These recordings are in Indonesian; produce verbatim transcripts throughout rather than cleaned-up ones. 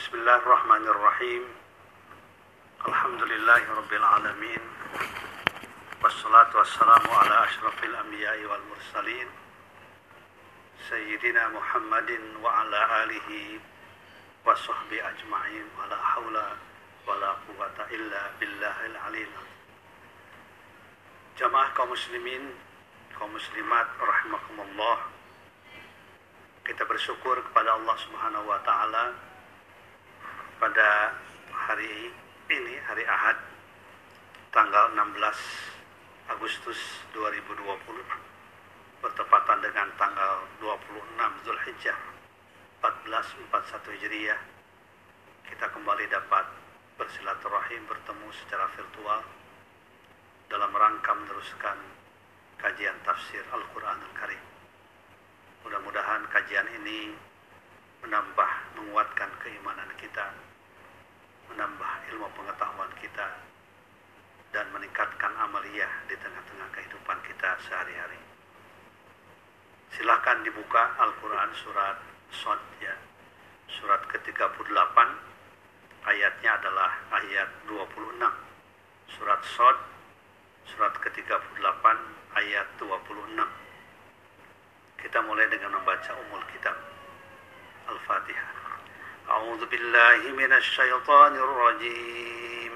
Bismillahirrahmanirrahim. Alhamdulillahirabbil alamin. Wassalatu wassalamu ala asyrafil anbiya'i wal mursalin Sayyidina Muhammadin wa ala alihi wa sahbihi ajma'in wa la hawla wa la quwwata illa billahil aliyil azim. Jamaah kaum muslimin, kaum muslimat rahimakumullah. Kita bersyukur kepada Allah Subhanahu wa taala pada hari ini, hari Ahad, tanggal enam belas Agustus dua ribu dua puluh, bertepatan dengan tanggal dua puluh enam Zulhijjah seribu empat ratus empat puluh satu Hijriah. Kita kembali dapat bersilaturahim, bertemu secara virtual dalam rangka meneruskan kajian tafsir Al-Quranul Karim. Mudah-mudahan kajian ini menambah, menguatkan keimanan kita, menambah ilmu pengetahuan kita, dan meningkatkan amaliyah di tengah-tengah kehidupan kita sehari-hari. Silakan dibuka Al-Quran surat Shad, ya. Surat ke tiga puluh delapan, ayatnya adalah ayat dua puluh enam. Surat Shad, surat ke tiga puluh delapan, ayat dua puluh enam. Kita mulai dengan membaca umul kitab. Al-Fatihah. A'udzu billahi minasy syaithanir rajim.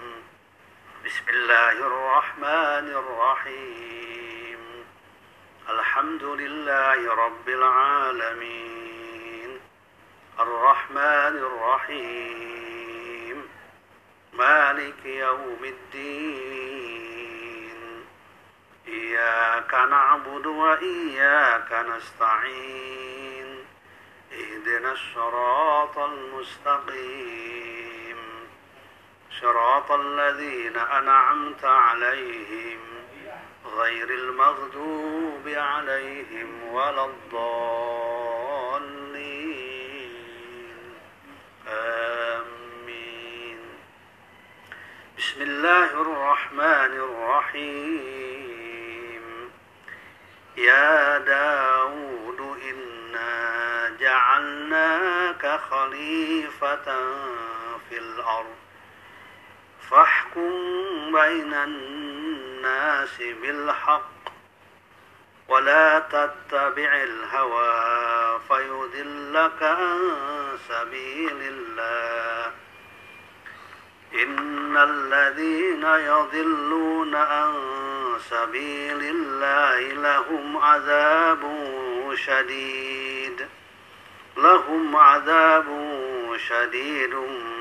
Bismillahirrahmanirrahim. Alhamdulillahi rabbil alamin. Ar-Rahmanir Rahim. Maliki yaumiddin. Iyyaka na'budu wa iyyaka nasta'in. اهدنا الصراط المستقيم صراط الذين أنعمت عليهم غير المغضوب عليهم ولا الضالين آمين. بسم الله الرحمن الرحيم. يا داود إنا جعلناك خليفة في الأرض فاحكم بين الناس بالحق ولا تتبع الهوى فيضلك عن سبيل الله إن الذين يضلون عن سبيل الله لهم عذاب شديد لهم عذاب شديد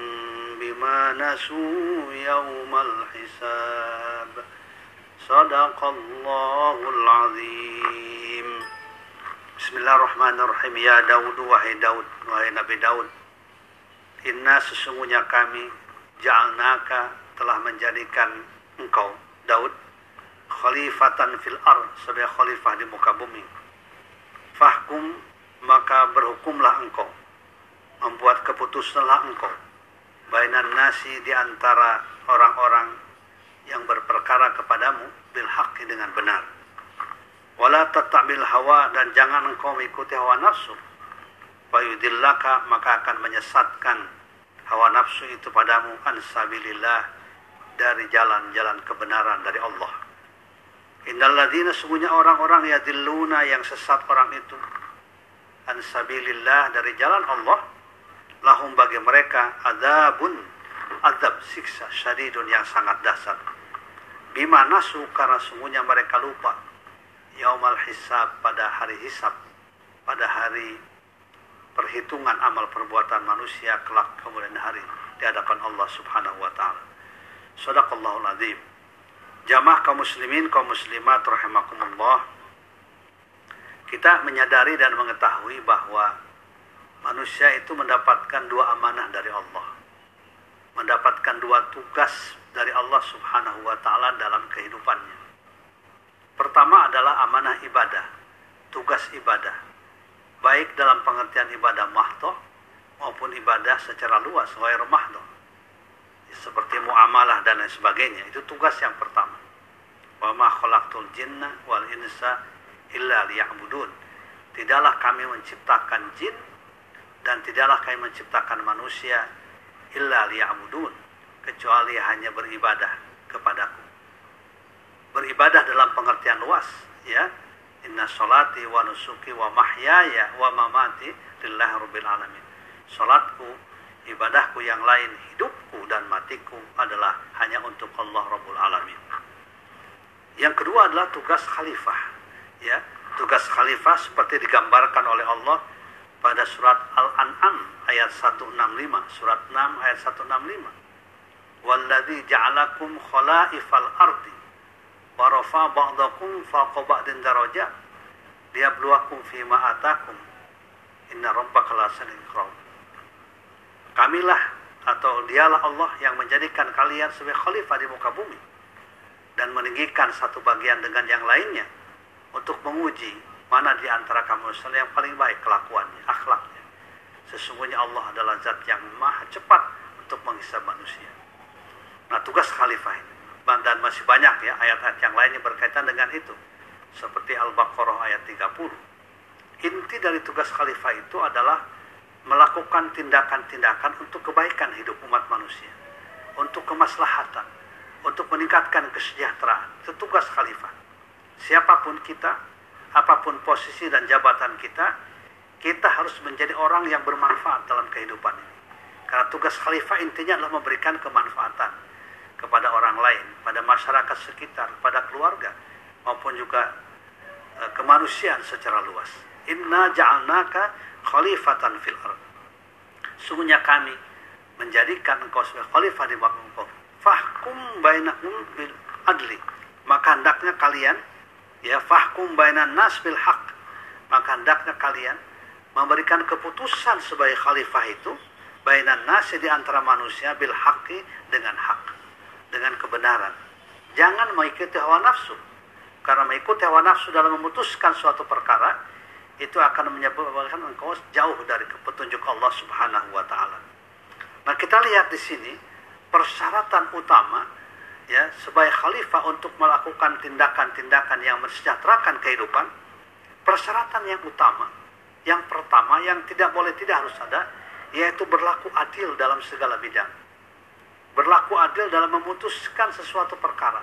بما نسوا يوم الحساب صدق الله العظيم. Bismillahirrahmanirrahim. Ya Daud, wahai Daud, wahai Nabi Daud, inna sesungguhnya kami ja'alnaka telah menjadikan engkau Daud khalifatan fil ard, sebagai khalifah di muka bumi. Fahkum, maka berhukumlah engkau, membuat keputusanlah engkau, bainan nasi, di antara orang-orang yang berperkara kepadamu, bil haqqi, dengan benar. Wala tattabil hawa, dan jangan engkau mengikuti hawa nafsu. Fayudillaka, maka akan menyesatkan hawa nafsu itu padamu, an sabilillah, dari jalan-jalan kebenaran dari Allah. Innal ladzina, sesungguhnya orang-orang yadilluna, yang sesat orang itu, an sabilillah, dari jalan Allah, lahum, bagi mereka, adzabun, azab, siksa, syadidun, yang sangat dahsyat. Bima nasu, karena sungguhnya mereka lupa, yaumal hisab, pada hari hisab, pada hari perhitungan amal perbuatan manusia kelak kemudian hari di hadapan Allah Subhanahu wa taala. Shadaqallahul azim. Jamaah kaum muslimin, kaum muslimat rahimakumullah. Kita menyadari dan mengetahui bahwa manusia itu mendapatkan dua amanah dari Allah. Mendapatkan dua tugas dari Allah Subhanahu wa taala dalam kehidupannya. Pertama adalah amanah ibadah, tugas ibadah. Baik dalam pengertian ibadah mahdoh maupun ibadah secara luas, ghair mahdoh. Seperti muamalah dan lain sebagainya, itu tugas yang pertama. Wa ma khalaqtul jinna wal insa illa liya'budun. Tidaklah kami menciptakan jin dan tidaklah kami menciptakan manusia illa liya'budun, kecuali hanya beribadah kepadaku. Beribadah dalam pengertian luas, ya. Inna sholati wa nusuki wa mahyaya wa mamati lillahi rabbil alamin. Salatku, ibadahku yang lain, hidupku dan matiku adalah hanya untuk Allah Rabbul Alamin. Yang kedua adalah tugas khalifah, ya. Tugas khalifah seperti digambarkan oleh Allah pada surat Al-An'am ayat seratus enam puluh lima, surat enam ayat seratus enam puluh lima. Walladzi ja'alakum khalaifal ardi wa rafa ba'dakum fawqa ba'din darajat liyabluwakum fima atakum inna rabbaka lasadil iqram. Kamilah atau dialah Allah yang menjadikan kalian sebagai khalifah di muka bumi dan meninggikan satu bagian dengan yang lainnya untuk menguji mana di antara kamu yang paling baik kelakuannya, akhlaknya. Sesungguhnya Allah adalah zat yang maha cepat untuk menghisab manusia. Nah, tugas khalifah ini, dan masih banyak ya ayat-ayat yang lainnya berkaitan dengan itu, seperti Al-Baqarah ayat tiga puluh. Inti dari tugas khalifah itu adalah melakukan tindakan-tindakan untuk kebaikan hidup umat manusia, untuk kemaslahatan, untuk meningkatkan kesejahteraan. Itu tugas khalifah. Siapapun kita, apapun posisi dan jabatan kita, kita harus menjadi orang yang bermanfaat dalam kehidupan ini. Karena tugas khalifah intinya adalah memberikan kemanfaatan kepada orang lain, pada masyarakat sekitar, pada keluarga, maupun juga e, kemanusiaan secara luas. Inna ja'alnaka khalifatan fil ard. Sungguhnya kami menjadikan engkau sebagai khalifah di muka bumi. Fahkum bainahum bil adli. Maka hendaknya kalian, ya, fahkum bainan nas bil haq. Maka hendaknya kalian memberikan keputusan sebagai khalifah itu bainan nas, di antara manusia, bil haqqi, dengan hak, dengan kebenaran. Jangan mengikuti hawa nafsu. Karena mengikuti hawa nafsu dalam memutuskan suatu perkara itu akan menyebabkan engkau jauh dari petunjuk Allah Subhanahu wa taala. Nah, kita lihat di sini persyaratan utama, ya, sebagai khalifah untuk melakukan tindakan-tindakan yang mensejahterakan kehidupan. Persyaratan yang utama, yang pertama, yang tidak boleh tidak harus ada, yaitu berlaku adil dalam segala bidang. Berlaku adil dalam memutuskan sesuatu perkara.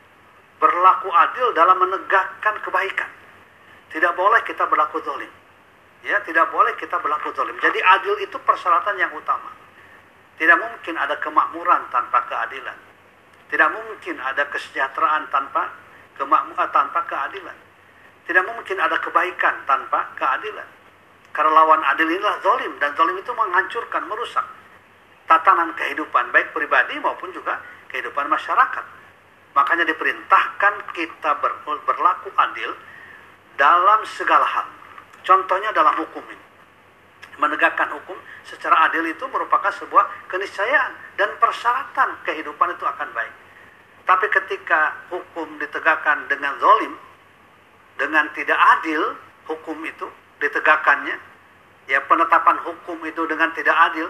Berlaku adil dalam menegakkan kebaikan. Tidak boleh kita berlaku zalim. Ya, tidak boleh kita berlaku zalim. Jadi adil itu persyaratan yang utama. Tidak mungkin ada kemakmuran tanpa keadilan. Tidak mungkin ada kesejahteraan tanpa kemakmuran, tanpa keadilan. Tidak mungkin ada kebaikan tanpa keadilan. Karena lawan adil inilah zalim, dan zalim itu menghancurkan, merusak tatanan kehidupan baik pribadi maupun juga kehidupan masyarakat. Makanya diperintahkan kita ber, berlaku adil dalam segala hal. Contohnya dalam hukum ini. Menegakkan hukum secara adil itu merupakan sebuah keniscayaan dan persyaratan kehidupan itu akan baik. Tapi ketika hukum ditegakkan dengan zalim, dengan tidak adil, hukum itu ditegakkannya, ya, penetapan hukum itu dengan tidak adil,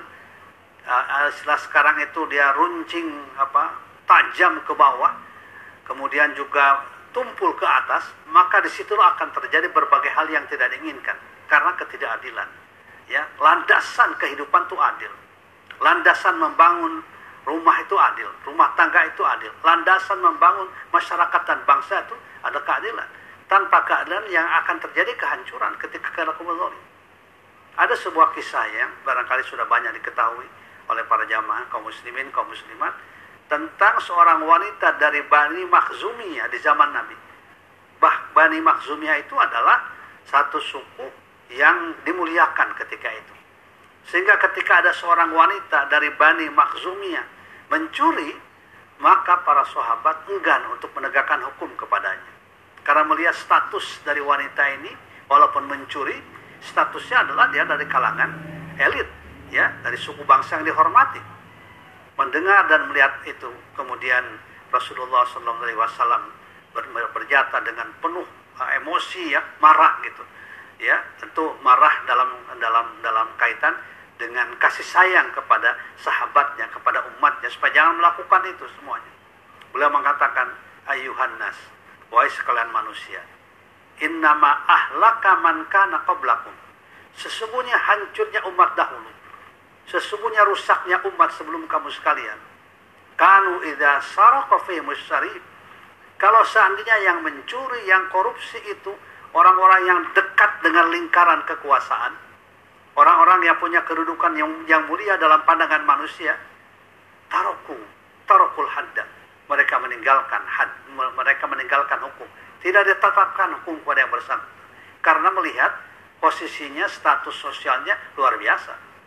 uh, setelah sekarang itu dia runcing, apa, tajam ke bawah, kemudian juga tumpul ke atas, maka disitulah akan terjadi berbagai hal yang tidak diinginkan karena ketidakadilan. Ya, landasan kehidupan itu adil, landasan membangun rumah itu adil, rumah tangga itu adil, landasan membangun masyarakat dan bangsa itu ada keadilan. Tanpa keadilan yang akan terjadi kehancuran ketika kelakuan zalim. Ada sebuah kisah yang barangkali sudah banyak diketahui oleh para jamaah kaum muslimin, kaum muslimat, tentang seorang wanita dari Bani Makhzumiyah di zaman Nabi. Bah, Bani Makhzumiyah itu adalah satu suku yang dimuliakan ketika itu. Sehingga ketika ada seorang wanita dari Bani Makhzumiyah mencuri, maka para sahabat enggan untuk menegakkan hukum kepadanya. Karena melihat status dari wanita ini, walaupun mencuri, statusnya adalah dia dari kalangan elit, ya, dari suku bangsa yang dihormati. Mendengar dan melihat itu, kemudian Rasulullah shallallahu alaihi wasallam berjata dengan penuh emosi, ya, marah gitu, ya, tentu marah dalam dalam dalam kaitan dengan kasih sayang kepada sahabatnya, kepada umatnya, supaya jangan melakukan itu semuanya. Beliau mengatakan, ayuhan nas, wahai sekalian manusia, innama ahlaka man kana qablakum, sesungguhnya hancurnya umat dahulu, sesungguhnya rusaknya umat sebelum kamu sekalian. Kanu idza saraqa fihimus syarif. Kalau seandainya yang mencuri, yang korupsi itu orang-orang yang dekat dengan lingkaran kekuasaan, orang-orang yang punya kedudukan yang, yang mulia dalam pandangan manusia, taroku, tarokul hadda. Mereka meninggalkan had, mereka meninggalkan hukum. Tidak ditetapkan hukum kepada yang bersangkutan. Karena melihat posisinya, status sosialnya luar biasa.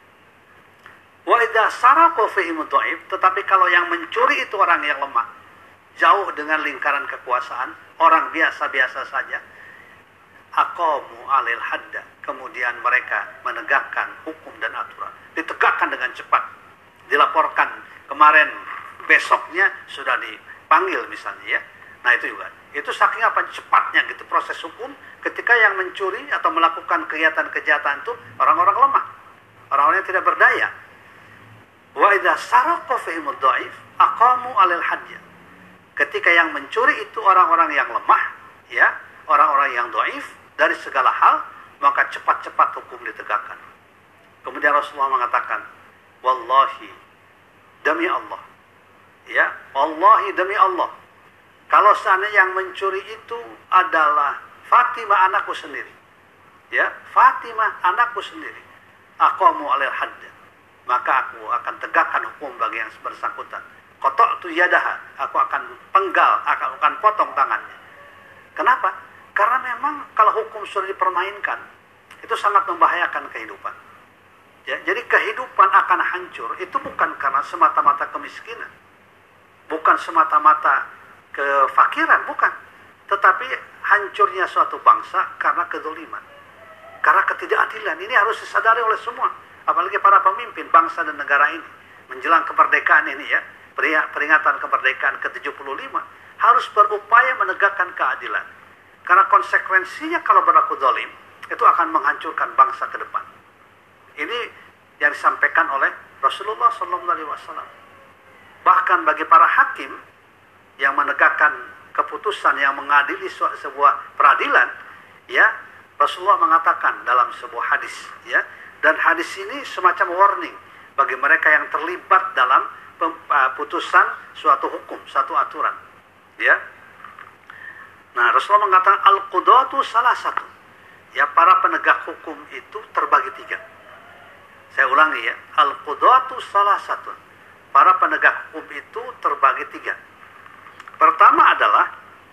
Wa idza saraqa fihim dhaif, tetapi kalau yang mencuri itu orang yang lemah, jauh dengan lingkaran kekuasaan, orang biasa-biasa saja, aqamu alil hadda, kemudian mereka menegakkan hukum dan aturan, ditegakkan dengan cepat, dilaporkan kemarin, besoknya sudah dipanggil misalnya ya. Nah itu juga, itu saking apa cepatnya gitu proses hukum ketika yang mencuri atau melakukan kegiatan kejahatan itu orang-orang lemah, orang-orang yang tidak berdaya. Wa idza saraqa fihim dhaif aqamu alil hadda. Ketika yang mencuri itu orang-orang yang lemah, ya, orang-orang yang dhaif dari segala hal, maka cepat-cepat hukum ditegakkan. Kemudian Rasulullah mengatakan, wallahi, demi Allah, ya, wallahi demi Allah, kalau seandainya yang mencuri itu adalah Fatimah anakku sendiri, ya, Fatimah anakku sendiri, aqamu alil hadda, maka aku akan tegakkan hukum bagi yang bersangkutan. Qata'tu yadaha, aku akan penggal, akan akan potong tangannya. Kenapa? Karena memang kalau hukum sudah dipermainkan, itu sangat membahayakan kehidupan. Ya, jadi kehidupan akan hancur itu bukan karena semata-mata kemiskinan, bukan semata-mata kefakiran, bukan. Tetapi hancurnya suatu bangsa karena kezaliman, karena ketidakadilan. Ini harus disadari oleh semua, apalagi para pemimpin bangsa dan negara ini menjelang kemerdekaan ini ya. Peringatan kemerdekaan ke tujuh puluh lima harus berupaya menegakkan keadilan. Karena konsekuensinya kalau berlaku zalim itu akan menghancurkan bangsa ke depan. Ini yang disampaikan oleh Rasulullah shallallahu alaihi wasallam. Bahkan bagi para hakim yang menegakkan keputusan yang mengadili sebuah peradilan, ya, Rasulullah mengatakan dalam sebuah hadis, ya, dan hadis ini semacam warning bagi mereka yang terlibat dalam putusan suatu hukum, suatu aturan, ya. Nah, Rasulullah mengatakan al-qudatu salah satu, ya, para penegak hukum itu terbagi tiga. Saya ulangi ya, al-qudatu salah satu, para penegak hukum itu terbagi tiga. Pertama adalah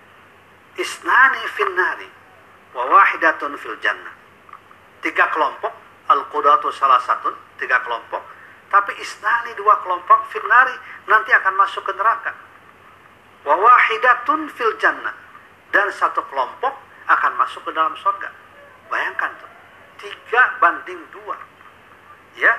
isnani finnari wa wahidatun fil jannah. Tiga kelompok, al-qudatu salah satu, tiga kelompok. Tapi isnani, dua kelompok, finnari, nanti akan masuk ke neraka. Wa wahidatun fil jannah, dan satu kelompok akan masuk ke dalam surga. Bayangkan tuh, tiga banding dua, ya,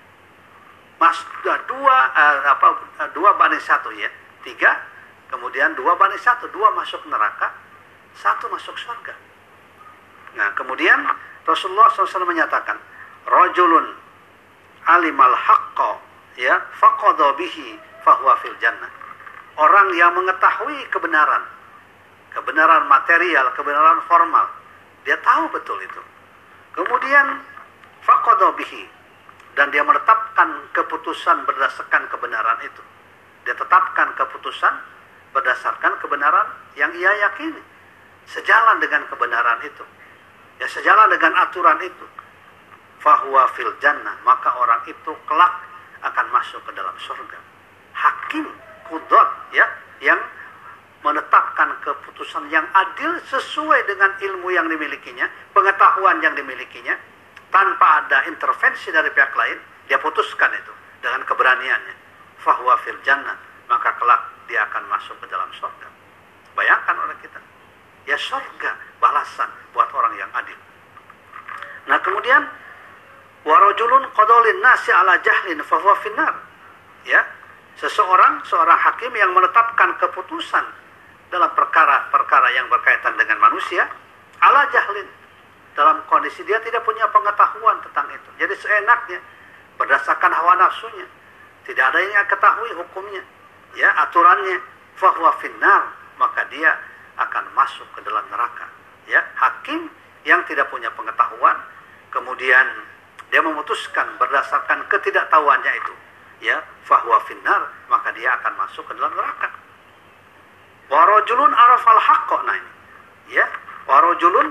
mas dua uh, apa dua banding satu ya, tiga, kemudian dua banding satu, dua masuk neraka, satu masuk surga. Nah kemudian Rasulullah shallallahu alaihi wasallam menyatakan, rajulun alimal haqqa, ya, faqadha bihi fahuwa fil jannah. Orang yang mengetahui kebenaran, kebenaran material, kebenaran formal, dia tahu betul itu. Kemudian faqadha bihi, dan dia menetapkan keputusan berdasarkan kebenaran itu. Dia tetapkan keputusan berdasarkan kebenaran yang ia yakini, sejalan dengan kebenaran itu, ya, sejalan dengan aturan itu. Fahuwa fil jannah, maka orang itu kelak akan masuk ke dalam surga. Hakim qudhat, ya, yang menetapkan keputusan yang adil sesuai dengan ilmu yang dimilikinya, pengetahuan yang dimilikinya, tanpa ada intervensi dari pihak lain, dia putuskan itu dengan keberaniannya. Fahuwa fil jannah, maka kelak dia akan masuk ke dalam surga. Bayangkan oleh kita, ya, surga balasan buat orang yang adil. Nah kemudian warajulun qadalin nasi ala jahlin fahuwa finnar, ya, seseorang seorang hakim yang menetapkan keputusan dalam perkara-perkara yang berkaitan dengan manusia ala jahlin, dalam kondisi dia tidak punya pengetahuan tentang itu, jadi seenaknya berdasarkan hawa nafsunya, tidak ada yang ketahui hukumnya, ya, aturannya, fahuwa finnar, maka dia akan masuk ke dalam neraka, ya. Hakim yang tidak punya pengetahuan, kemudian dia memutuskan berdasarkan ketidaktahuannya itu, ya, fahuwa finnar, maka dia akan masuk ke dalam neraka. Wa rajulun arafal haqqa, nah ini, ya, wa rajulun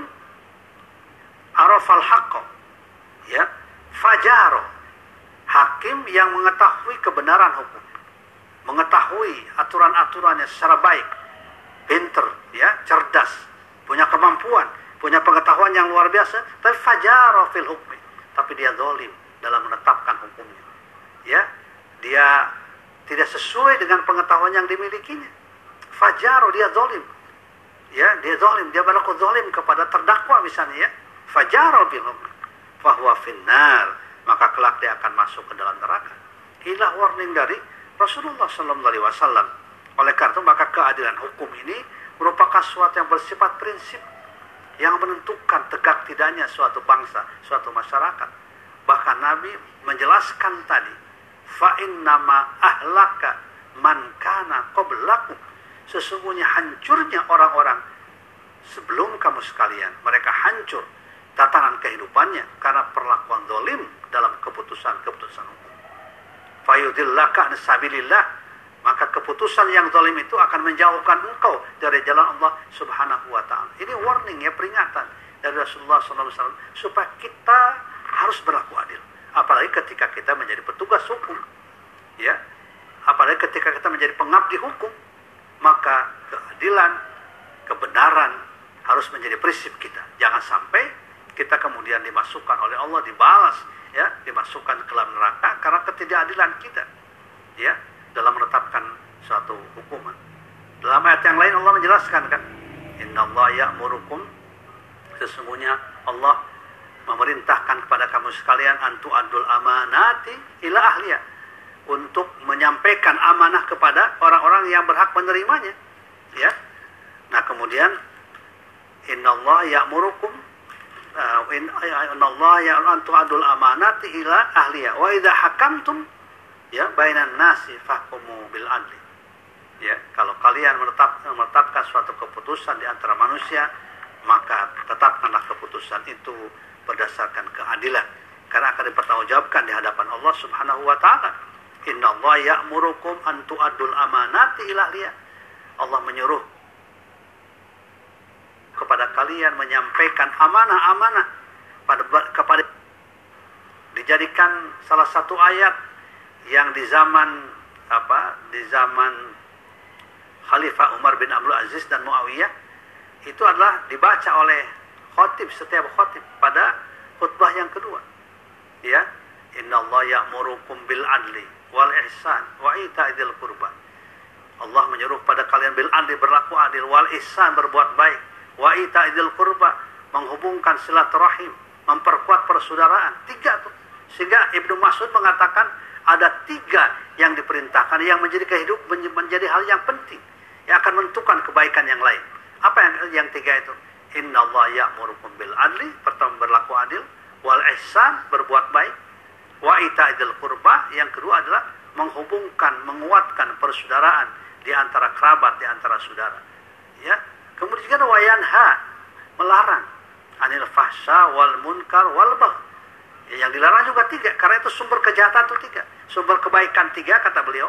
arafal haqqa, ya, fajaro, hakim yang mengetahui kebenaran hukum, mengetahui aturan-aturannya secara baik, pinter, ya, cerdas, punya kemampuan, punya pengetahuan yang luar biasa, tapi fajaro fil hukmi, tapi dia zalim dalam menetapkan hukumnya, ya, dia tidak sesuai dengan pengetahuan yang dimilikinya. Fajaro, dia zalim, ya, dia zalim, dia berlaku zalim kepada terdakwa misalnya, ya, fajaro fil hukmi fahuwa finnar, maka kelak dia akan masuk ke dalam neraka. Inilah warning dari Rasulullah Sallallahu Alaihi Wasallam. Oleh karena itu maka keadilan hukum ini merupakan suatu yang bersifat prinsip yang menentukan tegak tidaknya suatu bangsa, suatu masyarakat. Bahkan Nabi menjelaskan tadi, fa innama ahlaka man kana qablakum, sesungguhnya hancurnya orang-orang sebelum kamu sekalian, mereka hancur tatanan kehidupannya karena perlakuan zalim dalam keputusan-keputusan hukum. Fayudillaka an sabilillah, maka keputusan yang zalim itu akan menjauhkan engkau dari jalan Allah Subhanahu wa taala. Ini warning, ya, peringatan dari Rasulullah sallallahu alaihi wasallam supaya kita harus berlaku adil, apalagi ketika kita menjadi petugas hukum, ya. Apalagi ketika kita menjadi pengabdi hukum, maka keadilan, kebenaran harus menjadi prinsip kita. Jangan sampai kita kemudian dimasukkan oleh Allah, dibalas, ya, dimasukkan ke dalam neraka karena ketidakadilan kita, ya, dalam menetapkan suatu hukuman. Dalam ayat yang lain Allah menjelaskan, kan, innallaha ya'murukum, sesungguhnya Allah memerintahkan kepada kamu sekalian antu adul amanati ila ahliya, untuk menyampaikan amanah kepada orang-orang yang berhak menerimanya, ya. Nah, kemudian innallaha ya'murukum Uh, in Allah ya antu adul amanati ila ahliya wa idza hakamtum, ya, bainan nasi fahkumu bil adli, ya, kalau kalian menetap, menetapkan suatu keputusan di antara manusia, maka tetapkanlah keputusan itu berdasarkan keadilan, karena akan dipertanggungjawabkan di hadapan Allah Subhanahu wa taala. Innallaha ya'murukum an tu'addul amanati ila ahliya, Allah menyuruh kepada kalian menyampaikan amanah-amanah pada kepada, dijadikan salah satu ayat yang di zaman apa di zaman Khalifah Umar bin Abdul Aziz dan Muawiyah itu adalah dibaca oleh khatib, setiap khatib pada khutbah yang kedua, ya, innallaha ya'murukum bil adli wal ihsan wa ita'idil qurba, Allah menyuruh pada kalian bil adli, berlaku adil, wal ihsan, berbuat baik, wa ita'idil qurba, menghubungkan silaturahim, memperkuat persaudaraan. Tiga tuh. Sehingga Ibnu Mas'ud mengatakan ada tiga yang diperintahkan yang menjadi kehidupan, menjadi hal yang penting yang akan menentukan kebaikan yang lain. Apa yang yang tiga itu? Innallaha ya'murukum bil adli, pertama berlaku adil, wal ihsan, berbuat baik, wa ita'idil qurba, yang kedua adalah menghubungkan, menguatkan persaudaraan di antara kerabat, di antara saudara, ya. Kemudian juga wayanha, melarang, anil fahsya wal munkar wal bagh, yang dilarang juga tiga, karena itu sumber kejahatan itu tiga, sumber kebaikan tiga, kata beliau,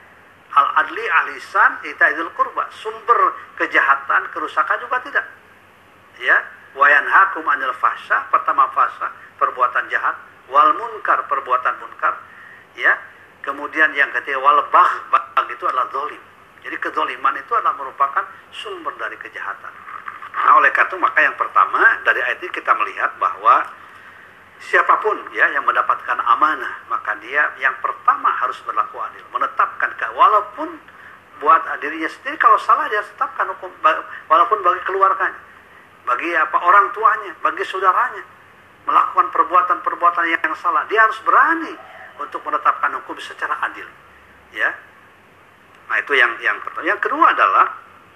al adli, al ihsan, ita'idul qurba, sumber kejahatan, kerusakan juga tidak, ya. Wayanhakum anil fahsya, pertama fahsya, perbuatan jahat, wal munkar, perbuatan munkar, ya. Kemudian yang ketiga wal bagh, bagh itu adalah zalim. Jadi kezaliman itu adalah merupakan sumber dari kejahatan. Nah, oleh karena itu maka yang pertama dari ayat ini kita melihat bahwa siapapun, ya, yang mendapatkan amanah, maka dia yang pertama harus berlaku adil, menetapkan, walaupun buat dirinya sendiri kalau salah dia tetapkan hukum, walaupun bagi keluarganya, bagi apa orang tuanya, bagi saudaranya melakukan perbuatan-perbuatan yang salah, dia harus berani untuk menetapkan hukum secara adil, ya. Nah, itu yang yang pertama. Yang kedua adalah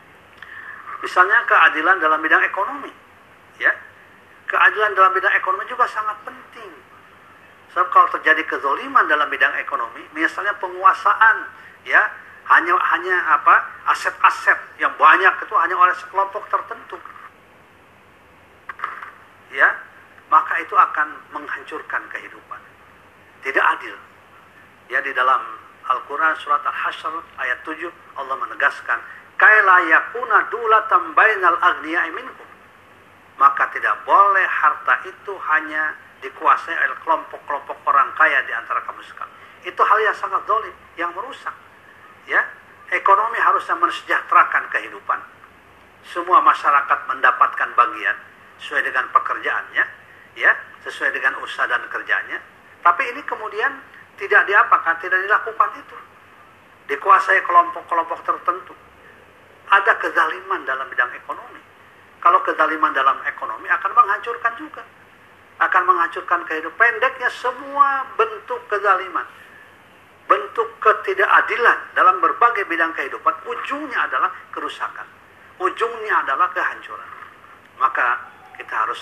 misalnya keadilan dalam bidang ekonomi, ya. Keadilan dalam bidang ekonomi juga sangat penting. Sebab kalau terjadi kezaliman dalam bidang ekonomi, misalnya penguasaan, ya, hanya hanya apa aset-aset yang banyak itu hanya oleh sekelompok tertentu, ya. maka itu akan menghancurkan kehidupan. Tidak adil. Ya, di dalam Al-Quran surat Al-Hasyr ayat tujuh Allah menegaskan, kaila yakuna dulatan bainal aghniya'i minkum. Maka tidak boleh harta itu hanya dikuasai oleh kelompok-kelompok orang kaya di antara kamu sekalian. Itu hal yang sangat zalim, yang merusak. Ya, ekonomi harusnya mensejahterakan kehidupan. Semua masyarakat mendapatkan bagian sesuai dengan pekerjaannya, ya, sesuai dengan usaha dan kerjanya. Tapi ini kemudian tidak diapakan, tidak dilakukan itu. Dikuasai kelompok-kelompok tertentu. Ada kezaliman dalam bidang ekonomi. Kalau kezaliman dalam ekonomi akan menghancurkan juga. Akan menghancurkan kehidupan. Pendeknya semua bentuk kezaliman. Bentuk ketidakadilan dalam berbagai bidang kehidupan. Ujungnya adalah kerusakan. Ujungnya adalah kehancuran. Maka kita harus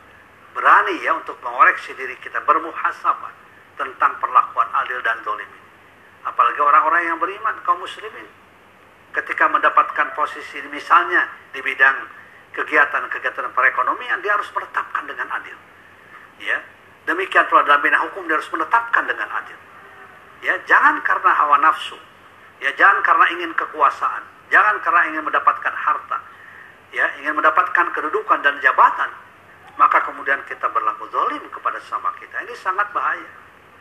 berani ya untuk mengoreksi diri kita, bermuhasabah tentang perlakuan adil dan zalim ini. Apalagi orang-orang yang beriman, kaum muslimin, ketika mendapatkan posisi misalnya di bidang kegiatan-kegiatan perekonomian, dia harus menetapkan dengan adil. Ya, demikian pula dalam bidang hukum dia harus menetapkan dengan adil. Ya, jangan karena hawa nafsu, ya jangan karena ingin kekuasaan, jangan karena ingin mendapatkan harta, ya ingin mendapatkan kedudukan dan jabatan, maka kemudian kita berlaku zalim kepada sesama kita. Ini sangat bahaya.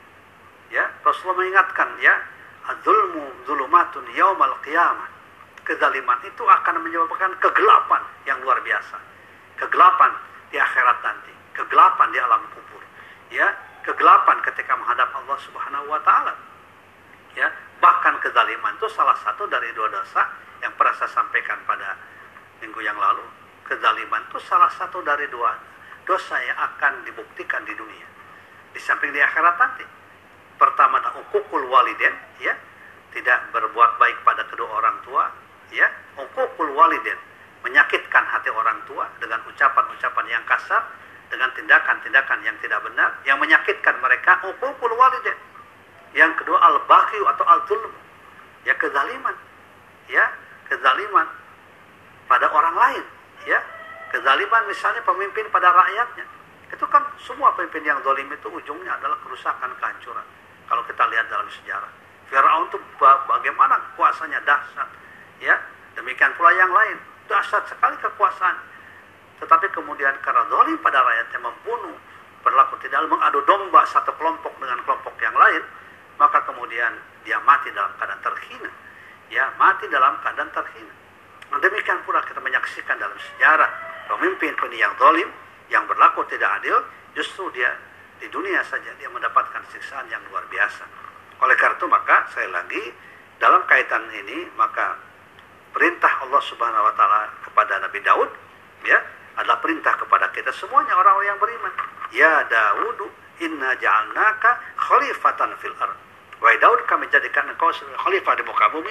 Ya, Rasulullah mengingatkan ya, az-zulmu zulumatun yaumal qiyamah. Kezaliman itu akan menyebabkan kegelapan yang luar biasa. Kegelapan di akhirat nanti, kegelapan di alam kubur. Ya, kegelapan ketika menghadap Allah Subhanahu wa taala. Ya, bahkan kezaliman itu salah satu dari dua dosa yang pernah saya sampaikan pada minggu yang lalu. Kezaliman itu salah satu dari dua dosa yang akan dibuktikan di dunia, di samping di akhirat nanti. Pertama adalah uququl walidain, ya, tidak berbuat baik pada kedua orang tua, ya, uququl walidain, menyakitkan hati orang tua dengan ucapan-ucapan yang kasar, dengan tindakan-tindakan yang tidak benar, yang menyakitkan mereka, uququl walidain. Yang kedua al-baghi atau al-zulm, ya kezaliman, ya, kezaliman pada orang lain, ya. Kezaliman misalnya pemimpin pada rakyatnya. Itu kan semua pemimpin yang zalim itu ujungnya adalah kerusakan, kehancuran. Kalau kita lihat dalam sejarah, Firaun itu bagaimana kuasanya dahsyat, ya. Demikian pula yang lain, dahsyat sekali kekuasaan. Tetapi kemudian karena zalim pada rakyatnya, membunuh, berlaku tidak adil, mengadu domba satu kelompok dengan kelompok yang lain, maka kemudian dia mati dalam keadaan terhina, ya, mati dalam keadaan terhina. Nah, demikian pula kita menyaksikan dalam sejarah pemimpin-pemimpin yang zalim, yang berlaku tidak adil, justru dia di dunia saja dia mendapatkan siksaan yang luar biasa. Oleh karena itu maka sekali lagi dalam kaitan ini maka perintah Allah Subhanahu wa taala kepada Nabi Daud, ya, adalah perintah kepada kita semuanya orang-orang yang beriman. Ya Daudu, inna ja'alnaka khalifatan fil ardh. Wahai Daud, kami jadikan engkau sebagai khalifah di muka bumi.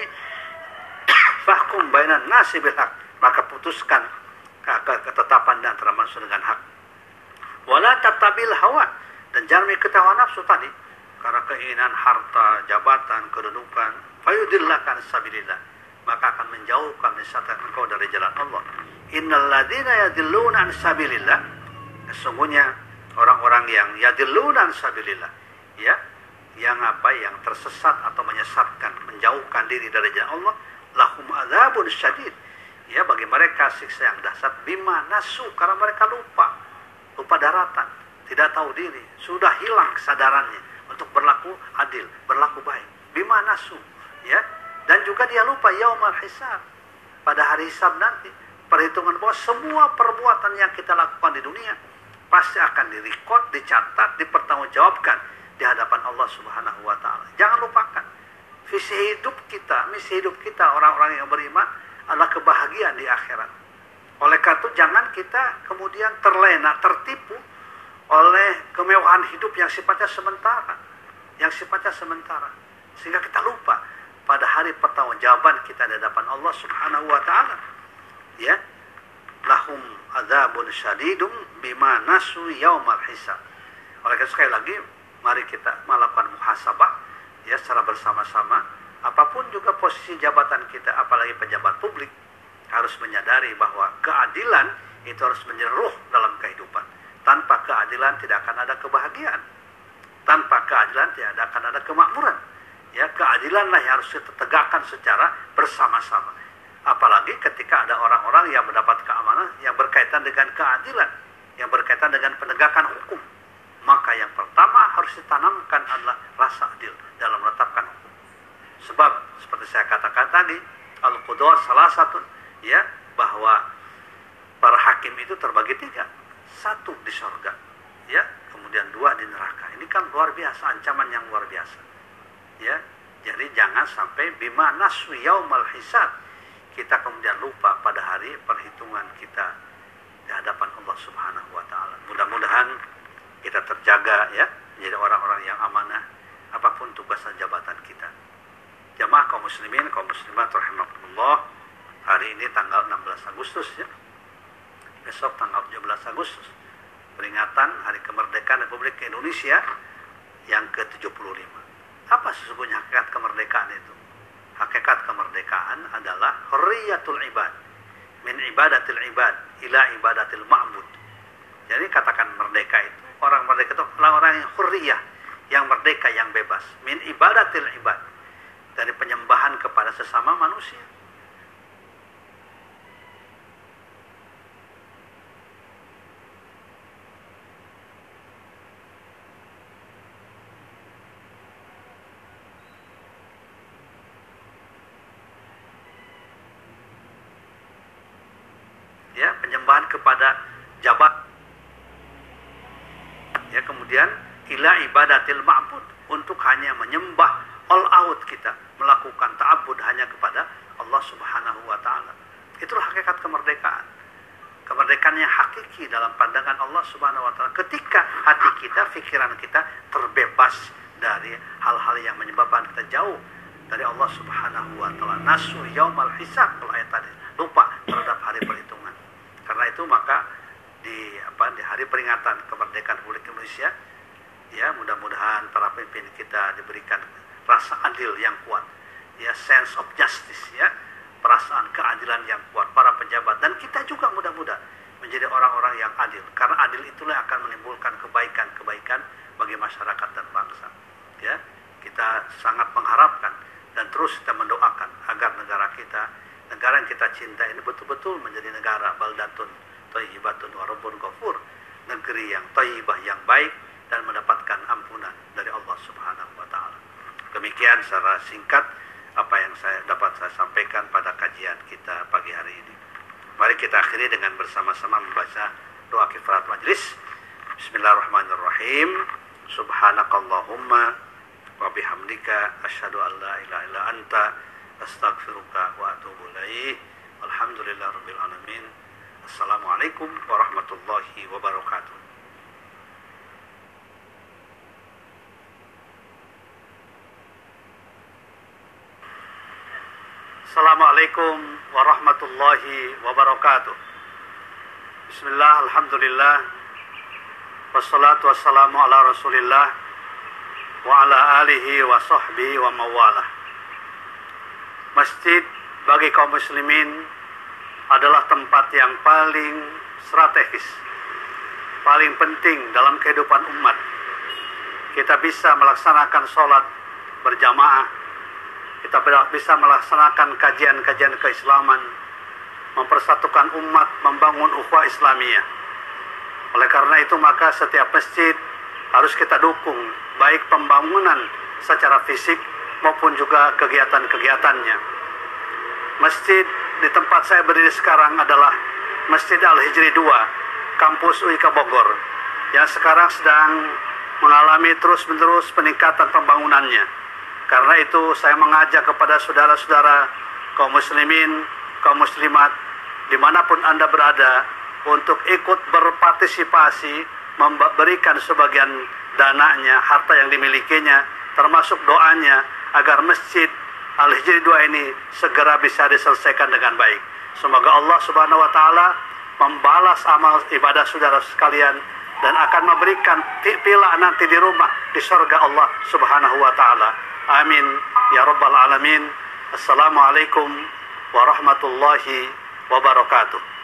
Fahkum bainan nasi bil haq, maka putuskan ketetapan dan antara manusia dengan hak. Wala tattabil hawa, dan jangan mengikuti hawa nafsu tadi karena keinginan harta, jabatan, kedudukan, fayudillaka sabilillah, maka akan menjauhkan niscaya engkau dari jalan Allah. Innal ladzina yadilluna an sabilillah, sesungguhnya orang-orang yang yadilluna an sabilillah, ya, yang apa yang tersesat atau menyesatkan, menjauhkan diri dari jalan Allah, lahum adzabun syadid, ya, bagi mereka siksa yang dahsyat, bima nasu, karena mereka lupa, lupa daratan, tidak tahu diri, sudah hilang kesadarannya untuk berlaku adil, berlaku baik, bima nasu, ya, dan juga dia lupa yaumal hisab, pada hari hisab nanti, perhitungan bahwa semua perbuatan yang kita lakukan di dunia pasti akan direkod, dicatat, dipertanggungjawabkan di hadapan Allah Subhanahu wa taala. Jangan lupakan visi hidup kita, misi hidup kita orang-orang yang beriman adalah kebahagiaan di akhirat. Oleh karena itu jangan kita kemudian terlena, tertipu oleh kemewahan hidup yang sifatnya sementara, yang sifatnya sementara, sehingga kita lupa pada hari pertanggungjawaban kita di hadapan Allah Subhanahu wa taala. Ya, lahum adzabun syadidum bima nasu yaumal hisab. Oleh karena sekali lagi mari kita melakukan muhasabah, ya, secara bersama-sama. Apapun juga posisi jabatan kita, apalagi pejabat publik, harus menyadari bahwa keadilan itu harus menyeluruh dalam kehidupan. Tanpa keadilan tidak akan ada kebahagiaan. Tanpa keadilan tidak akan ada kemakmuran. Ya, keadilanlah yang harus kita tegakkan secara bersama-sama. Apalagi ketika ada orang-orang yang mendapat keamanan yang berkaitan dengan keadilan, yang berkaitan dengan penegakan hukum. Maka yang pertama harus ditanamkan adalah rasa adil dalam menetapkan hukum. Sebab seperti saya katakan tadi, al-qudwah salah satu, ya, bahwa para hakim itu terbagi tiga. Satu di surga, ya, kemudian dua di neraka. Ini kan luar biasa, ancaman yang luar biasa. Ya, jadi jangan sampai bima nasu yaumal hisab, kita kemudian lupa pada hari perhitungan kita di hadapan Allah Subhanahu wa taala. Mudah-mudahan kita terjaga, ya, menjadi orang-orang yang amanah apapun tugas dan jabatan kita. Jamaah kaum muslimin, kaum muslimat rahimakumullah, hari ini tanggal enam belas Agustus, ya. Besok tanggal tujuh belas Agustus, peringatan Hari Kemerdekaan Republik Indonesia yang ke tujuh puluh lima. Apa sesungguhnya hakikat kemerdekaan itu? Hakikat kemerdekaan adalah hurriyatul ibad, min ibadatil ibad ila ibadatil ma'bud. Jadi katakan merdeka itu, orang merdeka itu adalah orang yang hurriyah, yang merdeka, yang bebas, min ibadatil ibad, dari penyembahan kepada sesama manusia. Ya, penyembahan kepada jabat, ya, kemudian ila ibadatil ma'bud, untuk hanya menyembah all out kita, melakukan ta'abbud hanya kepada Allah Subhanahu wa taala. Itulah hakikat kemerdekaan. Kemerdekaan yang hakiki dalam pandangan Allah Subhanahu wa taala ketika hati kita, pikiran kita terbebas dari hal-hal yang menyebabkan kita jauh dari Allah Subhanahu wa taala. Nasu yaumal hisab, kalau ayat tadi, lupa terhadap hari perhitungan. Karena itu maka di apa di hari peringatan kemerdekaan Republik Indonesia, ya, mudah-mudahan para pemimpin kita diberikan rasa adil yang kuat, ya, sense of justice, ya, perasaan keadilan yang kuat para pejabat, dan kita juga mudah-mudahan menjadi orang-orang yang adil, karena adil itulah yang akan menimbulkan kebaikan-kebaikan bagi masyarakat dan bangsa. Ya, kita sangat mengharapkan dan terus kita mendoakan agar negara kita, negara yang kita cinta ini betul-betul menjadi negara baldatun thayyibatun wa rabbun ghafur, negeri yang thayyibah, yang baik, dan mendapatkan ampunan dari Allah Subhanahu wa taala. Demikian secara singkat apa yang saya dapat saya sampaikan pada kajian kita pagi hari ini. Mari kita akhiri dengan bersama-sama membaca doa kifarat majelis. Bismillahirrahmanirrahim. Subhanakallahumma wa bihamdika asyhadu an la ilaha illa anta astaghfiruka wa atubu ilaik. Alhamdulillahirabbil alamin. Assalamualaikum warahmatullahi wabarakatuh. Assalamualaikum warahmatullahi wabarakatuh. Bismillah, alhamdulillah, wassalatu wassalamu ala rasulillah wa ala alihi wa sahbihi wa mawalah. Masjid bagi kaum muslimin adalah tempat yang paling strategis, paling penting dalam kehidupan umat. Kita bisa melaksanakan sholat berjamaah, kita bisa melaksanakan kajian-kajian keislaman, mempersatukan umat, membangun ukhuwah Islamiyah. Oleh karena itu maka setiap masjid harus kita dukung, baik pembangunan secara fisik maupun juga kegiatan-kegiatannya. Masjid di tempat saya berdiri sekarang adalah Masjid Al-Hijri dua, kampus U I K Bogor, yang sekarang sedang mengalami terus-menerus peningkatan pembangunannya. Karena itu saya mengajak kepada saudara-saudara kaum muslimin, kaum muslimat, dimanapun Anda berada, untuk ikut berpartisipasi, memberikan sebagian dananya, harta yang dimilikinya, termasuk doanya, agar Masjid Al-Hijri dua ini segera bisa diselesaikan dengan baik. Semoga Allah Subhanahu wa taala membalas amal ibadah saudara sekalian dan akan memberikan pila nanti di rumah di surga Allah Subhanahu wa taala. Amin ya rabbal alamin. Assalamualaikum warahmatullahi wabarakatuh.